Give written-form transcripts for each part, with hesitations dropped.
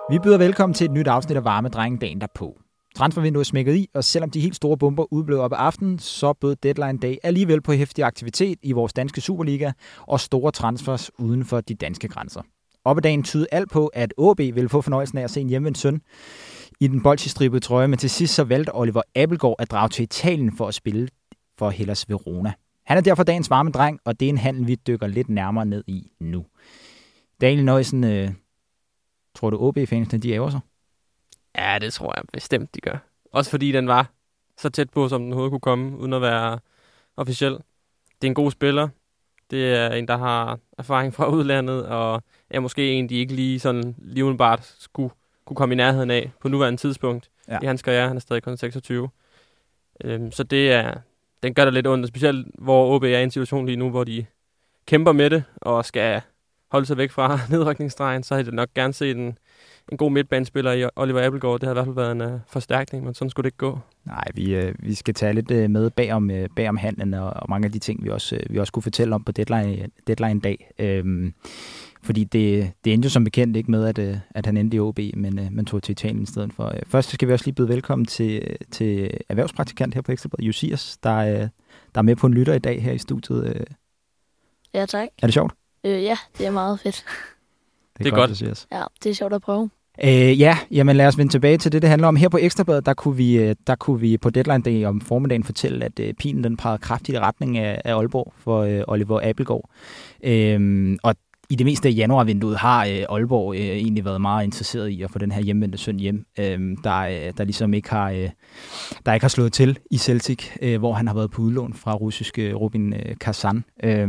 Vi byder velkommen til et nyt afsnit af Varme Drenge dagen derpå. Transfervinduet er smækket i, og selvom de helt store bomber udblev op ad aftenen, så bød deadline day alligevel på heftig aktivitet i vores danske Superliga og store transfers uden for de danske grænser. Op ad dagen tydede alt på, at AB ville få fornøjelsen af at se en hjemvendt søn i den bolsjestribede trøje, men til sidst så valgte Oliver Abildgaard at drage til Italien for at spille for Hellas Verona. Han er derfor dagens varme dreng, og det er en handel, vi dykker lidt nærmere ned i nu. Daniel Nøjsen, tror du OB-fansene, de æver sig? Ja, det tror jeg bestemt, de gør. Også fordi den var så tæt på, som den overhovedet kunne komme, uden at være officiel. Det er en god spiller. Det er en, der har erfaring fra udlandet, og er måske en, de ikke lige sådan livnbart skulle kunne komme i nærheden af på nuværende tidspunkt. Ja. I hans karriere, han er stadig kun 26. Så den gør der lidt ondt, specielt hvor OB er i en situation lige nu, hvor de kæmper med det, og skal holde sig væk fra nedrykningsstregen, så har de nok gerne set en god midtbanespiller i Oliver Abildgaard. Det har i hvert fald været en forstærkning, men sådan skulle det ikke gå. Nej, vi skal tage lidt med bagom handlen og mange af de ting, vi også kunne fortælle om på deadline-dag. Fordi det endte jo som bekendt ikke med, at han endte i OB, men tog til Italien i stedet for. Først skal vi også lige byde velkommen til erhvervspraktikant her på Ekstra Bladet, Josias, der er med på en lytter i dag her i studiet. Ja, tak. Er det sjovt? Ja, det er meget fedt. Det er godt. Ja, det er sjovt at prøve. Jamen lad os vende tilbage til det handler om. Her på Ekstra Bladet, der kunne vi på deadline day om formiddagen fortælle, at pilen den pegede kraftigt i retning af Aalborg for Oliver Abildgaard. Og i det meste af januarvinduet har Aalborg egentlig været meget interesseret i at få den her hjemvendte søn hjem, der ligesom ikke har slået til i Celtic, hvor han har været på udlån fra russiske Rubin Kazan.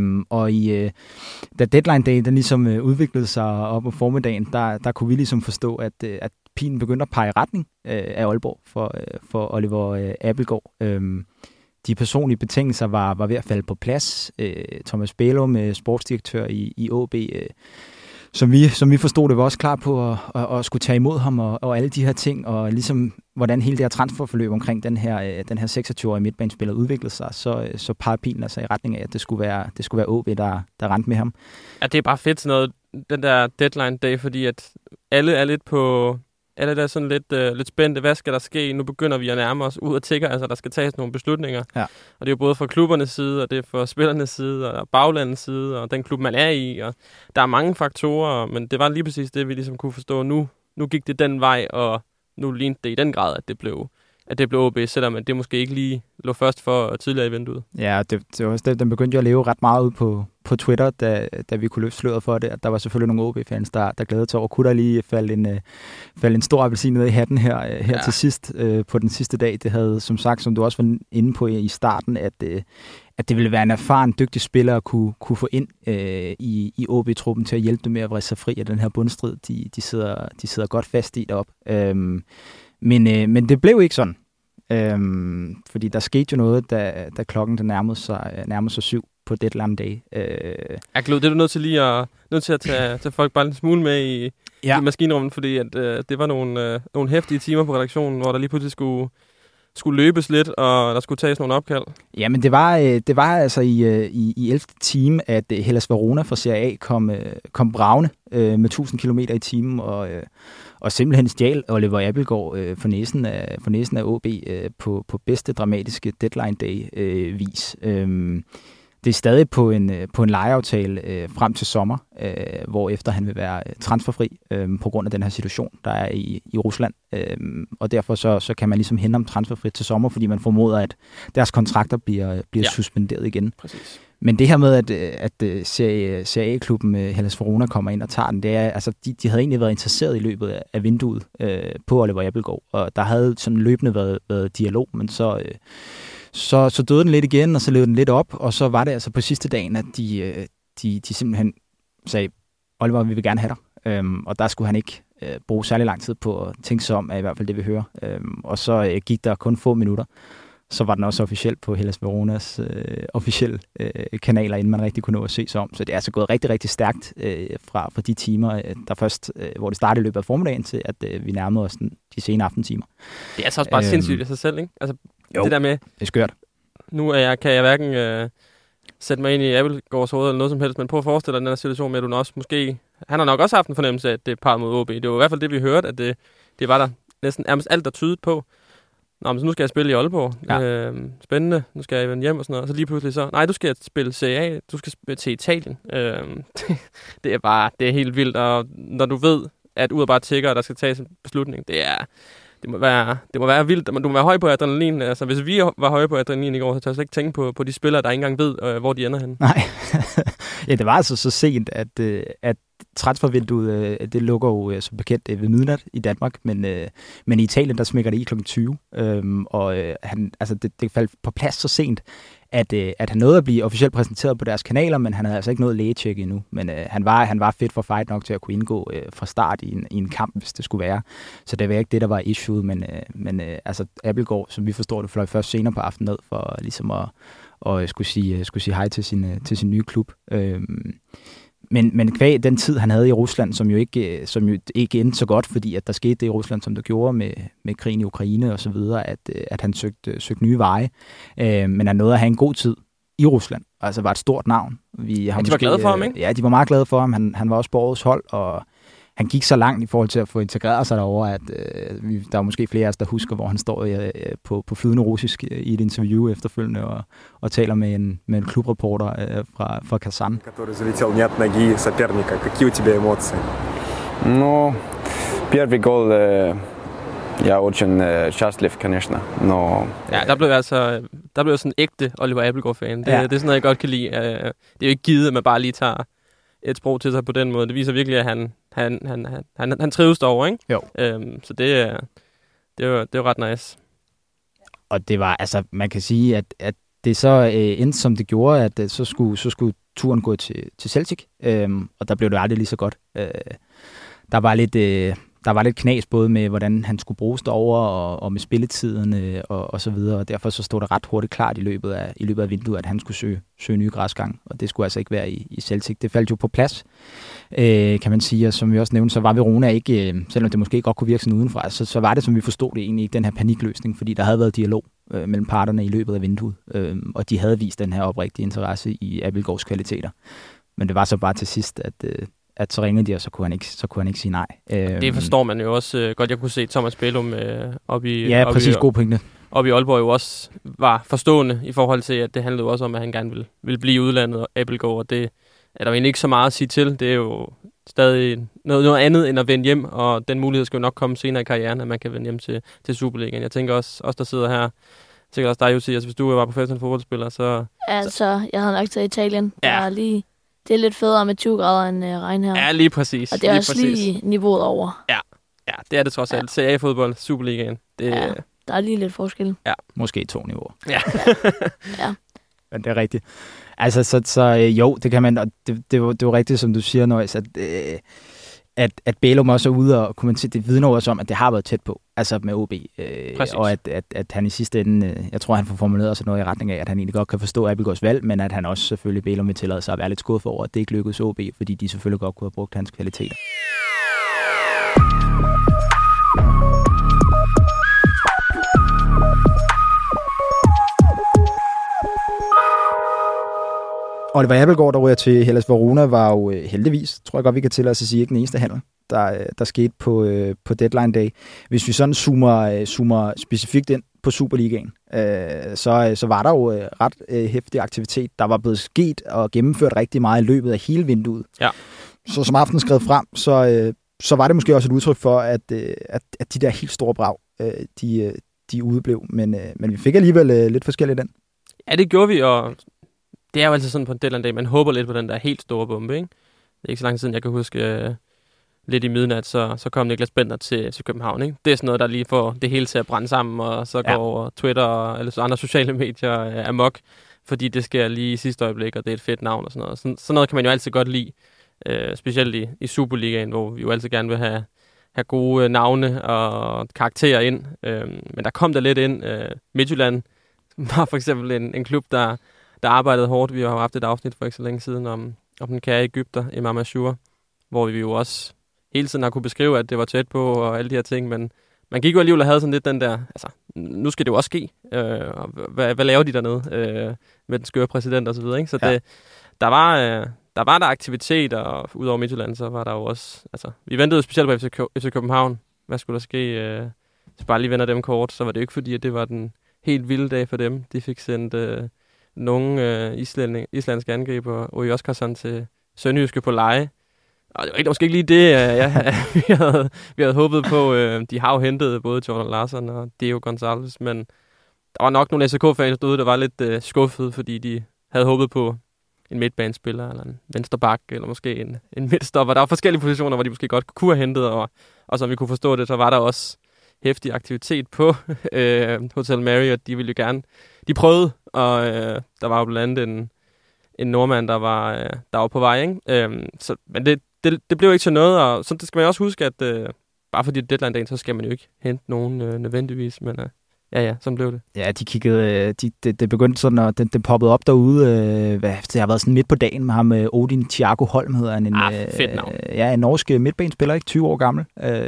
Da deadline day den ligesom udviklede sig op på formiddagen, der kunne vi ligesom forstå, at pilen begyndte at pege i retning af Aalborg for Oliver Abildgaard. De personlige betingelser var ved at falde på plads. Thomas Bælum, sportsdirektør i AB, som vi forstod det, var også klar på at skulle tage imod ham og alle de her ting, og ligesom hvordan hele det her transferforløb omkring den her 26-årige midtbanespiller udviklede sig, så pegede pilen altså i retning af, at det skulle være AB, der rendte med ham. Ja, det er bare fedt sådan noget, den der deadline day, fordi at alle er lidt på... Alle der er sådan lidt spændte. Hvad skal der ske? Nu begynder vi at nærme os ud og tigger. Altså, der skal tages nogle beslutninger. Ja. Og det er jo både fra klubbernes side, og det er fra spillernes side, og baglandets side, og den klub, man er i. Og der er mange faktorer, men det var lige præcis det, vi ligesom kunne forstå. Nu gik det den vej, og nu lignede det i den grad, at det blev OB, selvom det måske ikke lige lå først for tidligere i vinduet. Ja, det var også det. Den begyndte jo at leve ret meget ud på Twitter, da vi kunne løfte sløret for det. At der var selvfølgelig nogle OB-fans, der glædede sig over. Kunne der lige falde en stor appelsin ned i hatten her til sidst på den sidste dag. Det havde, som sagt, som du også var inde på i starten, at det ville være en erfaren, dygtig spiller at kunne få ind i OB-truppen til at hjælpe dem med at vride sig fri af den her bundstrid. De sidder godt fast i deroppe. Men det blev ikke sådan. Fordi der skete jo noget, da klokken der nærmede sig 7 på deadline day. Glod, det er du nødt til at tage folk bare en smule med i maskinrummet, fordi at, det var nogle heftige timer på redaktionen, hvor der lige pludselig skulle løbes lidt, og der skulle tages nogle opkald. Ja, men det var altså i 11. time, at Hellas Verona fra Serie A kom bragende med 1000 km i timen, og simpelthen stjal Oliver Abildgaard for næsen af OB på bedste dramatiske deadline day vis. Det er stadig på en lejeaftale frem til sommer, hvor efter han vil være transferfri på grund af den her situation, der er i Rusland. Og derfor så kan man ligesom hente ham transferfri til sommer, fordi man formoder, at deres kontrakter bliver suspenderet igen. Præcis. Men det her med, at Serie A-klubben Hellas Verona kommer ind og tager den, det er, altså, de havde egentlig været interesseret i løbet af vinduet på Oliver Abildgaard, og der havde sådan løbende været dialog, men så døde den lidt igen, og så levede den lidt op, og så var det altså på sidste dagen, at de simpelthen sagde, Oliver, vi vil gerne have dig. Og der skulle han ikke bruge særlig lang tid på at tænke sig om, er i hvert fald det, vi hører. Og så gik der kun få minutter. Så var den også officielt på Hellas Veronas officielle kanaler, inden man rigtig kunne nå at se sig om. Så det er altså gået rigtig, rigtig stærkt fra de timer, der først, hvor det startede i løbet af formiddagen, til at vi nærmede os de sene aftentimer. Det er altså også bare sindssygt i sig selv, ikke? Altså, jo, det der med, det er skørt. Nu kan jeg hverken sætte mig ind i Abildgaards hoved eller noget som helst, men prøv at forestille dig den her situation med, at du også måske han har nok også haft en fornemmelse af, at det er par mod OB. Det var i hvert fald det, vi hørte, at det var der næsten alt, der tydede på. Nå, men så nu skal jeg spille i Aalborg. Ja. Spændende. Nu skal jeg vende hjem og sådan noget. Og så lige pludselig så, nej, du skal spille CA. Du skal spille til Italien. Det er helt vildt. Og når du ved, at ud og bare tækker, og der skal tages en beslutning, det må være vildt. Du må være høj på adrenalin. Altså, hvis vi var høje på adrenalin i går, så tør jeg slet ikke tænke på de spillere, der ikke engang ved, hvor de ender henne. Nej. Ja, det var altså så sent, at transfervinduet, det lukker jo som bekendt ved midnat i Danmark, men i Italien, der smækker det i kl. 20. Det faldt på plads så sent, at han nåede at blive officielt præsenteret på deres kanaler, men han havde altså ikke noget lægetjek endnu. Men han var fit for fight nok til at kunne indgå fra start i en kamp, hvis det skulle være. Så det var ikke det, der var issue, men Abildgaard, som vi forstår det, fløj først senere på aftenen ned for ligesom at skulle sige hej til sin nye klub. Men kvæg den tid, han havde i Rusland, som jo ikke endte så godt, fordi at der skete det i Rusland, som der gjorde med krigen i Ukraine og så videre, at han søgte nye veje. Men han nåede at have en god tid i Rusland. Altså var et stort navn. De var glade for ham, ikke? Ja, de var meget glade for ham. Han var også på årets hold, og han gik så langt i forhold til at få integreret sig derovre, at der er måske flere af os, der husker, hvor han står på flydende russisk i et interview efterfølgende og taler med en klubreporter fra Kazan. Который залетел не от ноги соперника. Какие у тебя эмоции? Ну, первый гол я очень счастлив, конечно, но... Ja, der blev sådan ægte Oliver Abildgaard-fan. Det er sådan noget, jeg godt kan lide. Det er jo ikke givet, at man bare lige tager et sprog til sig på den måde. Det viser virkelig, at han trives derovre, ikke? Jo. Så det er jo ret nice. Og det var, altså, man kan sige, at det så endte, som det gjorde, at så skulle turen gå til Celtic, og der blev det aldrig lige så godt. Der var lidt knas både med, hvordan han skulle bruges derover og med spilletiden og så videre, og derfor så stod det ret hurtigt klart i løbet af vinduet, at han skulle søge nye græsgang, og det skulle altså ikke være i Celtic. Det faldt jo på plads, kan man sige, og som vi også nævnte, så var Verona ikke, selvom det måske godt kunne virke sådan udenfra, så var det, som vi forstod det egentlig ikke, den her panikløsning, fordi der havde været dialog mellem parterne i løbet af vinduet, og de havde vist den her oprigtige interesse i Abildgaards kvaliteter. Men det var så bare til sidst, at så ringede de, og så kunne han ikke sige nej. Det forstår man jo også godt. Jeg kunne se Thomas Bellum op i god pointe. Op i Aalborg jo også var forstående i forhold til, at det handlede jo også om, at han gerne ville blive i udlandet og Abildgaard, og det er der jo egentlig ikke så meget at sige til. Det er jo stadig noget andet end at vende hjem, og den mulighed skal jo nok komme senere i karrieren, at man kan vende hjem til Superligaen. Jeg tænker også der sidder her, sikkert også dig, Jussi, altså hvis du var professionel fodboldspiller, så... Altså, jeg havde nok taget Italien. Ja. Det er lidt federe med 20 grader end regn her. Ja, lige præcis. Og det er også lige niveauet over. Ja, det er det trods alt. CA-fodbold, Superligaen. Der er lige lidt forskel. Ja. Måske 2 niveauer. Ja. Ja. Men det er rigtigt. Altså, så jo, det kan man, og det er jo rigtigt, som du siger, Nøjs, at Bælum også er ude og kommentere, det vidner også om, at det har været tæt på, altså med OB, og at han i sidste ende, jeg tror, han får formuleret sig noget i retning af, at han egentlig godt kan forstå Abildgaards valg, men at han også selvfølgelig, Bælum vil tillade sig at være lidt skuffet over, at det ikke lykkedes OB, fordi de selvfølgelig godt kunne have brugt hans kvaliteter. Oliver Abildgaard, der ryger til Hellas Verona, var jo heldigvis, tror jeg godt, vi kan tillade os at sige, ikke den eneste handel, der skete på deadline day. Hvis vi sådan zoomer specifikt ind på Superligaen, så var der jo ret heftig aktivitet. Der var blevet sket og gennemført rigtig meget i løbet af hele vinduet. Ja. Så som aftenen skrev frem, så var det måske også et udtryk for, at de der helt store brag, de udeblev. Men vi fik alligevel lidt forskelligt den. Ja, det gjorde vi, og det er jo altid sådan på en deadline dag, man håber lidt på den der helt store bombe, ikke? Det er ikke så lang tid siden, jeg kan huske lidt i midnat, så kom Niklas Bender til København, ikke? Det er sådan noget, der lige får det hele til at brænde sammen, og så går Twitter eller så andre sociale medier amok, fordi det sker lige i sidste øjeblik, og det er et fedt navn og sådan noget. Sådan noget kan man jo altid godt lide, specielt i Superligaen, hvor vi jo altid gerne vil have gode navne og karakterer ind. Men der kom der lidt ind. Midtjylland var for eksempel en klub, der arbejdede hårdt. Vi har haft et afsnit for ikke så længe siden om den kære Egypter, Imam Ashur, hvor vi jo også hele tiden har kunne beskrive, at det var tæt på og alle de her ting, men man gik jo alligevel og havde sådan lidt den der, altså, nu skal det jo også ske. Hvad laver de dernede med den skøre præsident og så videre, ikke? Så der der var der aktivitet, og udover Midtjylland, så var der jo også... Altså, vi ventede specielt på FC København. Hvad skulle der ske? Så bare lige vender dem kort, så var det jo ikke fordi, at det var den helt vilde dag for dem. De fik sendt nogle islandske angriber, og Oskarsson til Sønderjyske på leje. Og det var måske ikke lige det, vi havde håbet på. De har jo hentet både Jordan Larsson og Diego Gonçalves, men der var nok nogle SK-fans derude, der var lidt skuffet, fordi de havde håbet på en midtbanespiller, eller en vensterbak, eller måske en midtstopper. Der var forskellige positioner, hvor de måske godt kunne have hentet, og som vi kunne forstå det, så var der også heftig aktivitet på Hotel Mary, og de ville jo gerne... De prøvede, og der var jo blandt andet en nordmand, der var på vej, ikke? Men det blev ikke til noget, og så skal man også huske, at bare fordi det er deadline-dagen, så skal man jo ikke hente nogen nødvendigvis, men ja, sådan blev det. Ja, de kiggede, det begyndte sådan, og det poppede op derude, det har været sådan midt på dagen med ham, Odin Thiago Holm hedder han. Fedt navn. Ja, en norsk midtbanespiller, ikke 20 år gammel,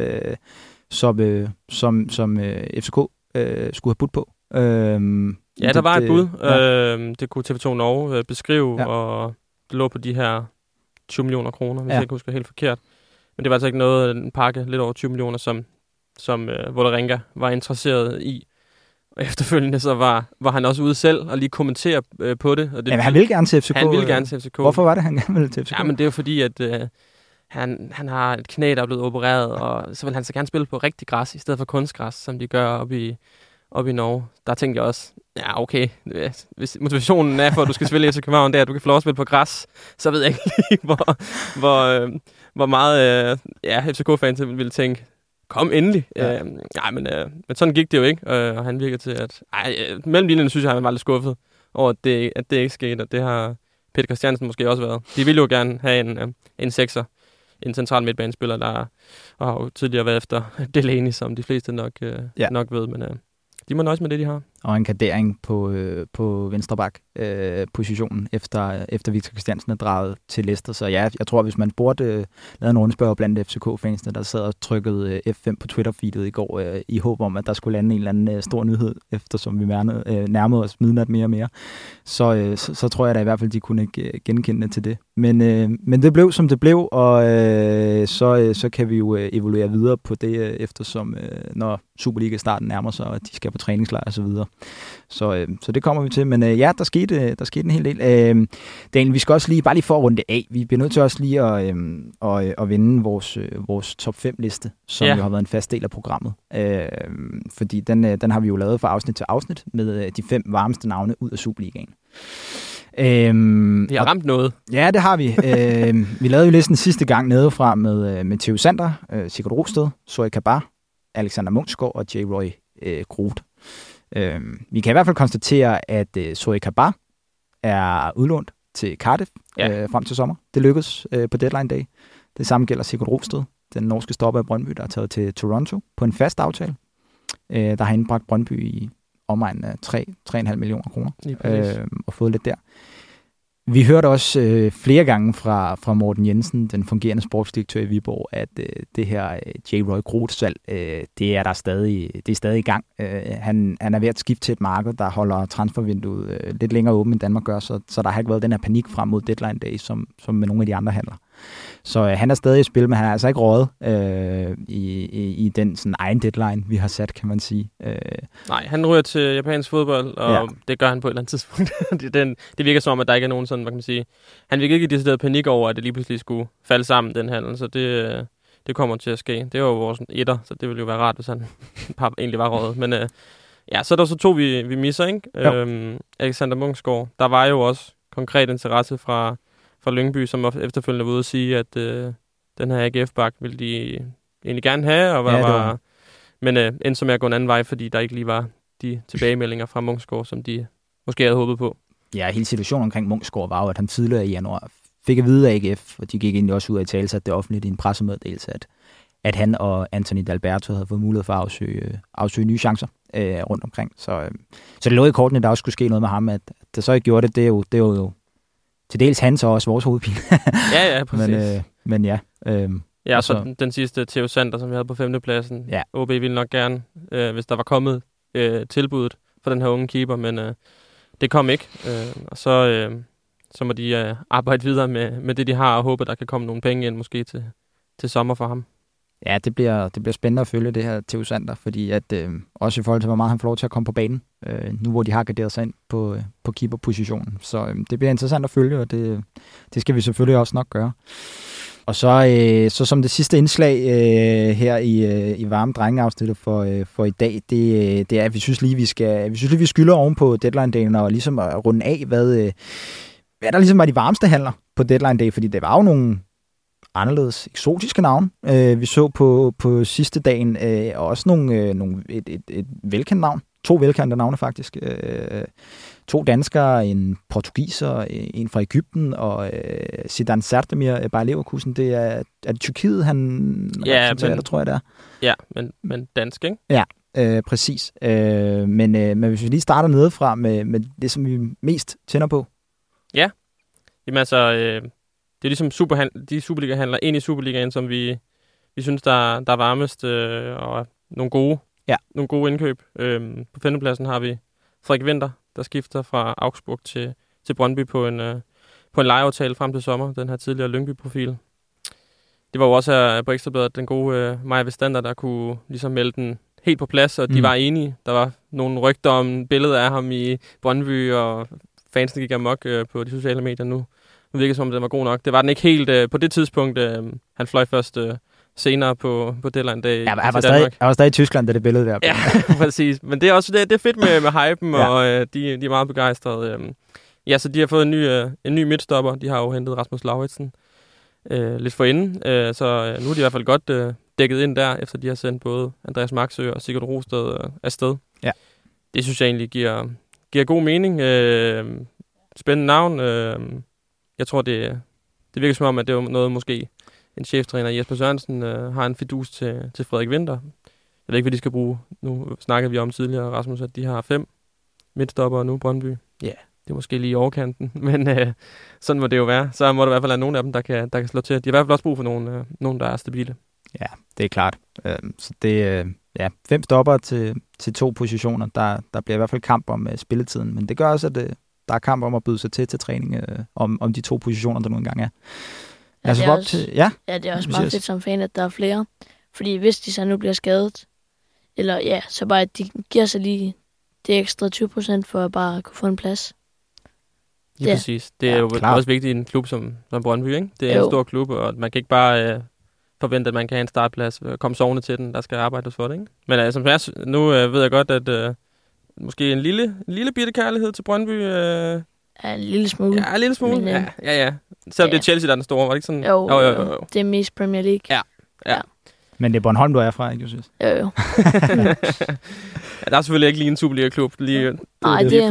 som FCK skulle have budt på. Ja, der var et bud. Det kunne TV2 Norge beskrive, og det lå på de her 20 millioner kroner, hvis jeg ikke husker helt forkert. Men det var altså ikke noget, en pakke lidt over 20 millioner, som Vålerenga var interesseret i. Og efterfølgende så var han også ude selv og lige kommentere på det. Og det han ville gerne til FCK. Han ville gerne til FCK. Hvorfor var det, han gerne ville til FCK? Ja, men det er jo fordi, at han har et knæ, der er blevet opereret, og så vil han så gerne spille på rigtig græs, i stedet for kunstgræs, som de gør op i Norge. Der tænkte jeg også, ja okay, hvis motivationen er for, at du skal spille i FC København, at du kan få lov at spille på græs, så ved jeg ikke, hvor meget FCK-fans ville tænke, kom endelig. Ja. Men sådan gik det jo ikke, og han virker til, at mellem linjerne synes jeg, han var lidt skuffet over, at det ikke skete, og det har Peter Christiansen måske også været. De ville jo gerne have en sekser, en central midtbanespiller, der har jo tidligere været efter Delaney, som de fleste nok ved, men de må nøjes med det, de har. Og en kardering på venstreback positionen, efter Victor Christiansen er draget til Leicester. Så ja, jeg tror, hvis man lavede en rundspørg blandt FCK-fansene, der sad og trykkede F5 på Twitter-feedet i går, i håb om, at der skulle lande en eller anden stor nyhed, eftersom vi nærmede os midnat mere og mere, så tror jeg da i hvert fald, de kunne ikke genkende til det. Men det blev, som det blev, og så kan vi jo evaluere videre på det, eftersom når Superliga-starten nærmer sig, og de skal på træningslejr og så videre. Så det kommer vi til. Men der skete en hel del. Daniel, vi skal også bare lige for at runde det af. Vi bliver nødt til også lige at vinde vores top 5-liste, som jo har været en fast del af programmet. Fordi den har vi jo lavet fra afsnit til afsnit med de 5 varmeste navne ud af Superligaen. Vi har ramt noget. Ja, det har vi. Vi lavede jo listen sidste gang nedefra med Theo Sander, Sigurd Rosted, Zoe Kabar, Alexander Munchsgaard og J. Roy Groth. Vi kan i hvert fald konstatere, at Zoe Kabar er udlånt til Cardiff frem til sommer. Det lykkedes på deadline day. Det samme gælder Sigurd Rosted, den norske stopper af Brøndby, der er taget til Toronto på en fast aftale. Der har indbragt Brøndby i omegnen af 3,5 millioner kroner og fået lidt der. Vi hørte også flere gange fra Morten Jensen, den fungerende sportsdirektør i Viborg, at det her J. Roy Groth-salg, det er stadig i gang. Han er ved at skifte til et marked, der holder transfervinduet lidt længere åbent, end Danmark gør, så der har ikke været den her panik frem mod deadline day, som med nogle af de andre handler. Så han er stadig i spil, men han er altså ikke røget i den sådan egen deadline, vi har sat, kan man sige. Nej, han ryger til japansk fodbold, og det gør han på et eller andet tidspunkt. Det virker som om, at der ikke er nogen sådan, hvad kan man sige. Han virker ikke i decideret panik over, at det lige pludselig skulle falde sammen, den handel, så det kommer til at ske. Det var jo vores etter, så det ville jo være rart, hvis han egentlig var røget. Men så er der så 2, vi misser, ikke? Alexander Munchsgaard. Der var jo også konkret interesse fra Lyngby, som efterfølgende var ude at sige, at den her AGF-bak ville de egentlig gerne have, men endte som jeg går en anden vej, fordi der ikke lige var de tilbagemeldinger fra Munchsgaard, som de måske havde håbet på. Ja, hele situationen omkring Munchsgaard var jo, at han tidligere i januar fik at vide af AGF, og de gik egentlig også ud af i tale, at det offentligt i en pressemeddelelse, at han og Anthony D'Alberto havde fået mulighed for at afsøge nye chancer rundt omkring. Så det lå i kortene, der også skulle ske noget med ham, at det så ikke gjorde det, det er jo til dels hans og også vores hovedpine. ja, præcis. Men ja. Så den sidste Theo Sander, som vi havde på 5. pladsen. Ja. OB ville nok gerne, hvis der var kommet tilbuddet for den her unge keeper, men det kom ikke. Og så så må de arbejde videre med det, de har, og håbe, der kan komme nogle penge ind måske til sommer for ham. Ja, det bliver spændende at følge det her Theo Sander, fordi at, også i forhold til, hvor meget han får lov til at komme på banen, nu hvor de har garderet sig ind på keeperpositionen. Så det bliver interessant at følge, og det skal vi selvfølgelig også nok gøre. Og så som det sidste indslag her i varme drengeafsnittet for i dag, det er, at vi synes lige, vi skylder oven på deadline-dagen og ligesom at runde af, hvad der ligesom var de varmeste handler på deadline-dag, fordi det var jo nogle anderledes eksotiske navne. Vi så på sidste dagen også et velkendt navn. 2 velkendte navne faktisk. 2 danskere, en portugiser, en fra Egypten og Zidane Sertemir Bayer Leverkusen. Det er Tyrkiet, han repræsenterer, tror jeg det er. Ja, men dansk, ikke? Ja, præcis. Men hvis vi lige starter nedefra med det, som vi mest tænder på. Ja, jamen altså, det er ligesom de Superliga-handler ind i Superligaen, som vi synes, der er varmest, og nogle gode indkøb. På 5. pladsen har vi Frederik Winther, der skifter fra Augsburg til Brøndby på en lejeaftale frem til sommer, den her tidligere Lyngby-profil. Det var jo også på Ekstrabladet den gode Maja Vestander, der kunne ligesom melde den helt på plads, og de var enige. Der var nogle rygter om billeder af ham i Brøndby, og fansene gik amok på de sociale medier nu. Nu virker det som, den var god nok. Det var den ikke helt på det tidspunkt. Han fløj først senere på deadline dag. Ja, jeg var stadig i Tyskland, da det billede der. Ja, præcis. Men det er også det er fedt med hypen, ja. Og de er meget begejstrede. Ja, så de har fået en ny midtstopper. De har jo hentet Rasmus Lauritsen lidt forinden. Så nu er de i hvert fald godt dækket ind der, efter de har sendt både Andreas Maxø og Sigurd Rosted afsted. Ja. Det synes jeg egentlig giver god mening. Spændende navn. Jeg tror, det virker som om, at det er noget måske en cheftræner, Jesper Sørensen, har en fidus til Frederik Winther. Jeg ved ikke, hvad de skal bruge. Nu snakkede vi om tidligere, Rasmus, at de har 5 midtstoppere nu, Brøndby. Ja, det er måske lige i overkanten, men sådan må det jo være. Så må der i hvert fald være nogle af dem, der kan slå til. De har i hvert fald også brug for nogen der er stabile. Ja, det er klart. Så det 5 stopper til 2 positioner. Der bliver i hvert fald kamp om spilletiden, men det gør også, at der er kamp om at byde sig til træning om de 2 positioner, der nu engang er. Ja, det er også meget fedt som fan, at der er flere. Fordi hvis de så nu bliver skadet, eller så bare at de giver sig lige det ekstra 20% for at bare kunne få en plads. Ja, præcis. Det er jo også vigtigt i en klub som Brøndby, ikke? Det er en stor klub, og man kan ikke bare forvente, at man kan have en startplads, komme sovende til den, der skal arbejdes for det, ikke? Men nu ved jeg godt, at måske en lille bitte kærlighed til Brøndby. Ja, en lille smule. Ja, en lille smule. Men, ja. Selvom det er Chelsea, der er den store, var det ikke sådan? Jo. Det er mest Premier League. Ja. Men det er Bornholm, du er fra, ikke, Josef? Jo. Ja, der er selvfølgelig ikke lige en Superliga-klub. Nej, det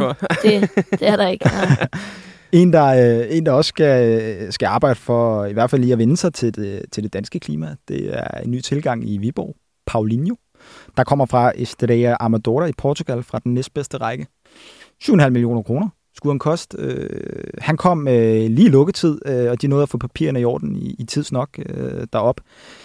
er der ikke. Ja. En, der også skal arbejde for, i hvert fald lige at vende sig til det danske klima, det er en ny tilgang i Viborg. Paulinho, der kommer fra Estrela Amadora i Portugal, fra den næstbedste række. 7,5 millioner kroner skulle han koste. Han kom lige i lukketid, og de nåede at få papirerne i orden i tids nok derop.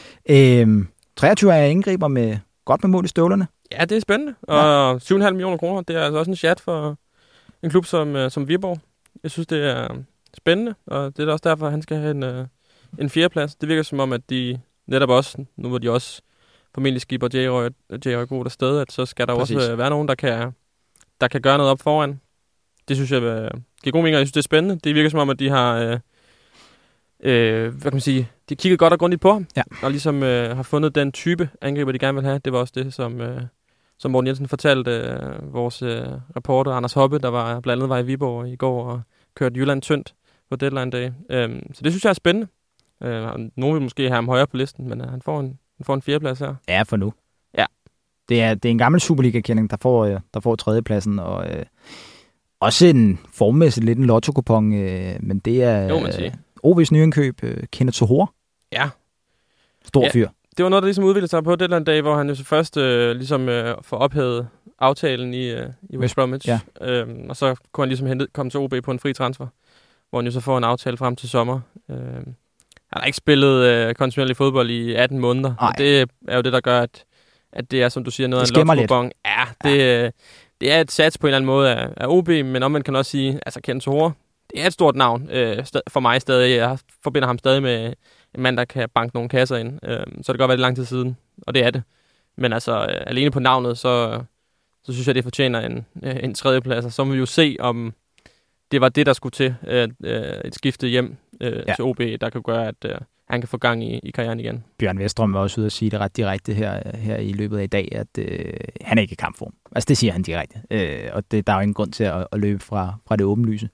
23 er indgriber godt med mål i støvlerne. Ja, det er spændende. Og 7,5 millioner kroner, det er altså også en chat for en klub som Viborg. Jeg synes, det er spændende, og det er også derfor, at han skal have en 4. plads. Det virker som om, at de netop også, nu hvor de også formentlig skipper J.Røg Groth afsted, at så skal der også være nogen, der kan gøre noget op foran. Det synes jeg giver god mening, og jeg synes, det er spændende. Det virker som om, at de har hvad kan man sige, de kiggede godt og grundigt på ham, og ligesom har fundet den type angriber, de gerne vil have. Det var også det, som Morten Jensen fortalte vores reporter, Anders Hoppe, der blandt andet var i Viborg i går og kørte Jylland tyndt på deadline day. Så det synes jeg er spændende. Nogen vil måske have ham højere på listen, men han får en 4. plads her. Ja, for nu. Ja. Det er en gammel Superliga-kending, der får 3. pladsen, og også en formmæssigt lidt en lotto-kupon, men det er OB's nyindkøb, Kenneth Zohore. Ja. Stor fyr. Det var noget, der ligesom udviklede sig på deadline dag, hvor han jo så først får ophævet aftalen i West Bromwich. Ja. Og så kunne han ligesom komme til OB på en fri transfer, hvor han jo så får en aftale frem til sommer. Han har ikke spillet kontinuerligt fodbold i 18 måneder. Og det er jo det, der gør, at det er, som du siger, noget af en lotto-kupon. Ja, det er et sats på en eller anden måde af OB, men om man kan også sige, altså Kenneth Zohore, det er et stort navn for mig stadig. Jeg forbinder ham stadig med en mand, der kan banke nogle kasser ind. Så det kan godt være, det lang tid siden, og det er det. Men altså, alene på navnet, så synes jeg, det fortjener en tredjeplads. Og så må vi jo se, om det var det, der skulle til. Et skifte hjem til OB, der kan gøre, at han kan få gang i karrieren igen. Bjørn Westerholm var også ude at sige det ret direkte her i løbet af i dag, at han er ikke i kampform. Altså det siger han direkte. Og der er jo ingen grund til at løbe fra det åbenlyse.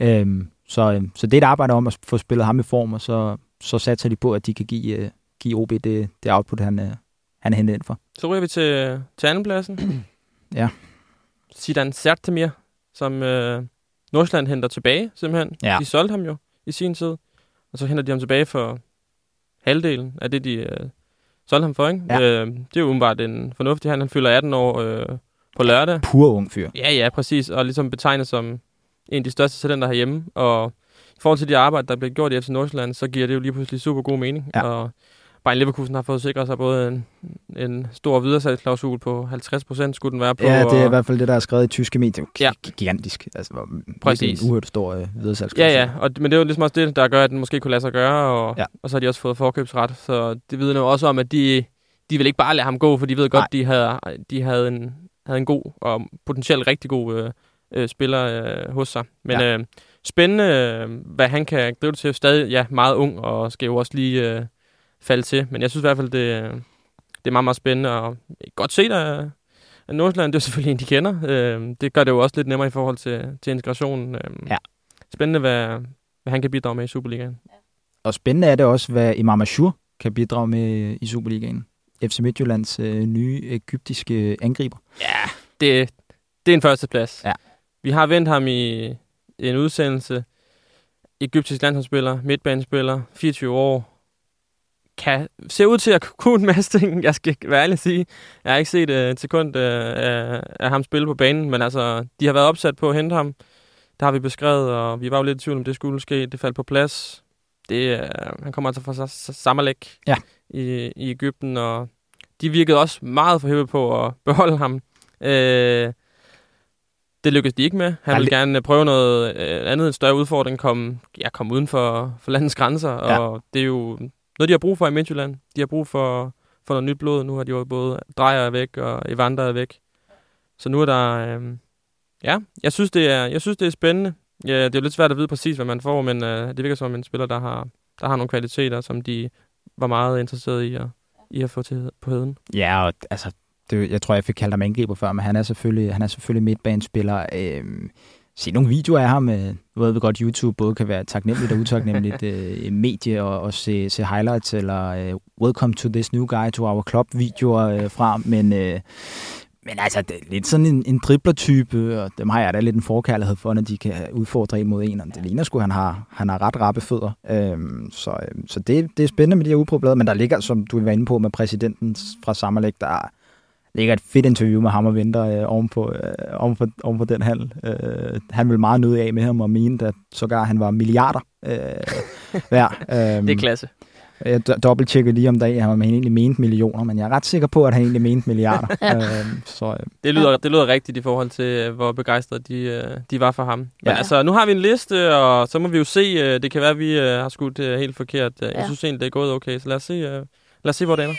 Så det er et arbejde om at få spillet ham i form, og så satser de på, at de kan give OB det output, han er hentet ind for. Så ryger vi til andenpladsen. Ja. Sidan Sertemir, som Nordsjælland henter tilbage, simpelthen. Ja. De solgte ham jo i sin tid, og så henter de ham tilbage for halvdelen af det, de solgte ham for, ikke? Ja. Det er jo umiddelbart en fornuftig. Han fylder 18 år på lørdag. Pur ung fyr. Ja, præcis. Og ligesom betegnet som en af de største talenter herhjemme. Og i forhold til de arbejde, der bliver gjort i FC Nordsjælland, så giver det jo lige pludselig super god mening. Ja. Og Bayern Leverkusen har fået sikret sig både en stor videresalgsklausul på 50%, skulle den være på. Ja, det er i hvert fald det, der er skrevet i tyske medier. Gigantisk. Altså, præcis. En uhørt stor videresalgsklausul. Ja, men det er jo ligesom også det, der gør, at den måske kunne lade sig gøre, og så har de også fået forkøbsret. Så det vidner jo også om, at de vil ikke bare lade ham gå, for de ved godt, de havde en god og potentielt rigtig god spiller hos sig. Men spændende, hvad han kan drive til. Stadig meget ung, og skal jo også lige falde til. Men jeg synes i hvert fald, det er meget, meget spændende. Og godt set af Nordsjælland, det er selvfølgelig en, de kender. Det gør det jo også lidt nemmere i forhold til integrationen. Spændende, hvad han kan bidrage med i Superligaen. Ja. Og spændende er det også, hvad Imam Ashur kan bidrage med i Superligaen. FC Midtjyllands nye egyptiske angriber. Ja, det er en førsteplads. Ja. Vi har vendt ham i en udsendelse. Egyptisk landsholdsspiller, midtbanespiller, 24 år. Kan se ud til at kunne en masse ting, jeg skal være ærlig at sige. Jeg har ikke set et sekund af ham spille på banen, men altså, de har været opsat på at hente ham. Det har vi beskrevet, og vi var jo lidt i tvivl, om det skulle ske. Det faldt på plads. Han kommer altså fra Zamalek i Egypten, og de virkede også meget forhippet på at beholde ham. Det lykkedes de ikke med. Han ville gerne prøve noget andet, en større udfordring, komme uden for landets grænser, og det er jo noget, de har brug for i Midtjylland. De har brug for noget nyt blod. Nu har de jo både Drejer væk og Evander er væk. Så nu er der... jeg synes, det er spændende. Ja, det er jo lidt svært at vide præcis, hvad man får, men det virker som en spiller, der har nogle kvaliteter, som de var meget interesserede i at få på heden. Ja, og altså, jeg tror, jeg fik kaldt ham angriber før, men han er selvfølgelig midtbanespiller. Se nogle videoer af ham, hvor vi godt YouTube både kan være taknemmeligt og utaknemmeligt medie, og se highlights, eller welcome to this new guy to our club videoer fra, men altså, det er lidt sådan en driblertype, og dem har jeg da lidt en forkærlighed for, når de kan udfordre en mod en, og det ligner sgu, han har ret rappe fødder. Så det er spændende med de her udprøveblader, men der ligger, som du var inde på, med præsidenten fra Zamalek, der ligger et fedt interview med ham og venter oven på den handel. Han vil meget nødig af med ham og mente, at sågar han var milliarder værd. Det er klasse. Jeg dobbelttjekkede lige om dagen, han egentlig mente millioner, men jeg er ret sikker på, at han egentlig mente milliarder. Det lyder rigtigt i forhold til, hvor begejstrede de var for ham. Men altså, nu har vi en liste, og så må vi jo se. Det kan være, at vi har skudt helt forkert. Jeg synes egentlig, det er gået okay, så lad os se, hvor det ender.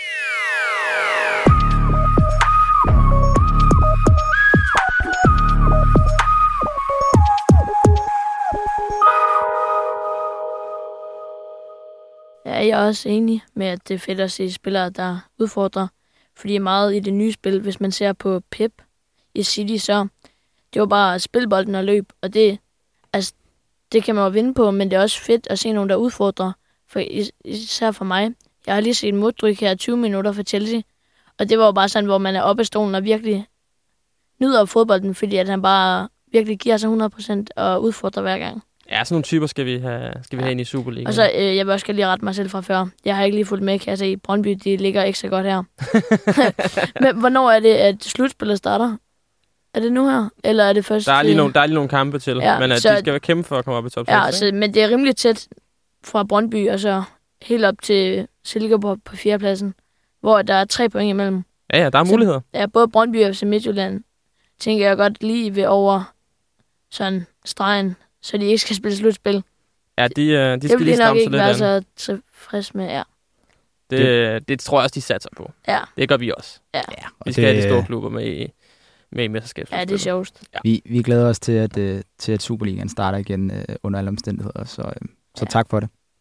Jeg er også enig med, at det er fedt at se spillere, der udfordrer. Fordi meget i det nye spil, hvis man ser på Pep i City, så det var bare at spille bolden og løb. Og det kan man jo vinde på, men det er også fedt at se nogen, der udfordrer. For især for mig. Jeg har lige set Modric her 20 minutter for Chelsea. Og det var jo bare sådan, hvor man er oppe af stolen og virkelig nyder fodbolden, fordi at han bare virkelig giver sig 100% og udfordrer hver gang. Ja, sådan nogle typer skal vi have ind i Superligaen. Og så, jeg vil også lige rette mig selv fra før. Jeg har ikke lige fulgt med, kan jeg se. Brøndby, de ligger ikke så godt her. Men hvornår er det, at slutspillet starter? Er det nu her? Eller er det først? Der er lige nogle kampe til, men de skal være kæmpe for at komme op i top 6. Ja, men det er rimelig tæt fra Brøndby, og så helt op til Silkeborg på 4. pladsen, hvor der er 3 point imellem. Ja, der er muligheder. Ja, både Brøndby og FC Midtjylland, tænker jeg godt lige ved over sådan stregen, så de ikke skal spille slutspil. Ja, de skal lige stramme sig lidt. Det vil de nok ikke være så tilfreds med, ja. Det tror jeg også, de satser på. Ja. Det gør vi også. Ja. Vi skal have de store klubber med i mesterskabsspillet. Ja, det er sjovest. Ja. Vi glæder os til, at Superligaen starter igen under alle omstændigheder, så tak for det.